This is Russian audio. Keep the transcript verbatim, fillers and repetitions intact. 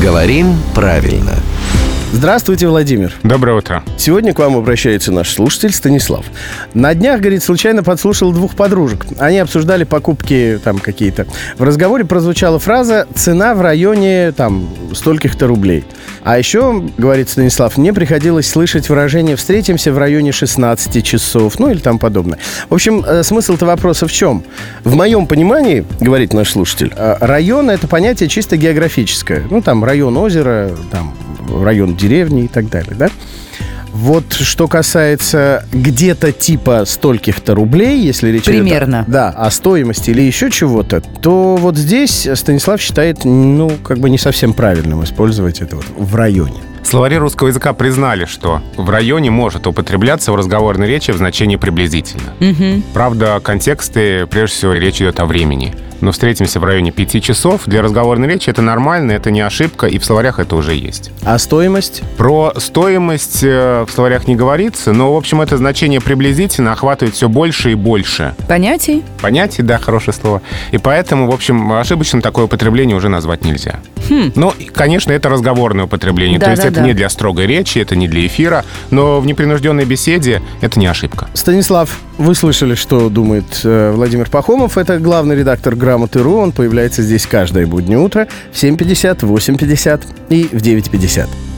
Говорим правильно. Здравствуйте, Владимир. Доброе утро. Сегодня к вам обращается наш слушатель Станислав. На днях, говорит, случайно подслушал двух подружек. Они обсуждали покупки там какие-то. В разговоре прозвучала фраза «цена в районе там стольких-то рублей». А еще, говорит Станислав, мне приходилось слышать выражение «встретимся в районе шестнадцати часов», ну или там подобное. В общем, смысл-то вопроса в чем? В моем понимании, говорит наш слушатель, район – это понятие чисто географическое. Ну, там район озера, там район деревни и так далее, да? Вот что касается где-то типа стольких-то рублей, если речь идет примерно. Да, о стоимости или еще чего-то, то вот здесь Станислав считает, ну, как бы не совсем правильным использовать это вот в районе. Словари русского языка признали, что в районе может употребляться в разговорной речи в значении приблизительно. Угу. Правда, контексты, прежде всего, речь идет о времени. Но встретимся в районе пяти часов. Для разговорной речи это нормально, это не ошибка, и в словарях это уже есть. А стоимость? Про стоимость в словарях не говорится, но, в общем, это значение приблизительно охватывает все больше и больше. Понятий? Понятий, да, хорошее слово. И поэтому, в общем, ошибочным такое употребление уже назвать нельзя. Хм. Ну, конечно, это разговорное употребление. Да, То есть да, это да. не для строгой речи, это не для эфира, но в непринужденной беседе это не ошибка. Станислав, вы слышали, что думает э, Владимир Пахомов. Это главный редактор «Грамоты.ру». Он появляется здесь каждое буднее утро в семь пятьдесят, в восемь пятьдесят и в девять пятьдесят.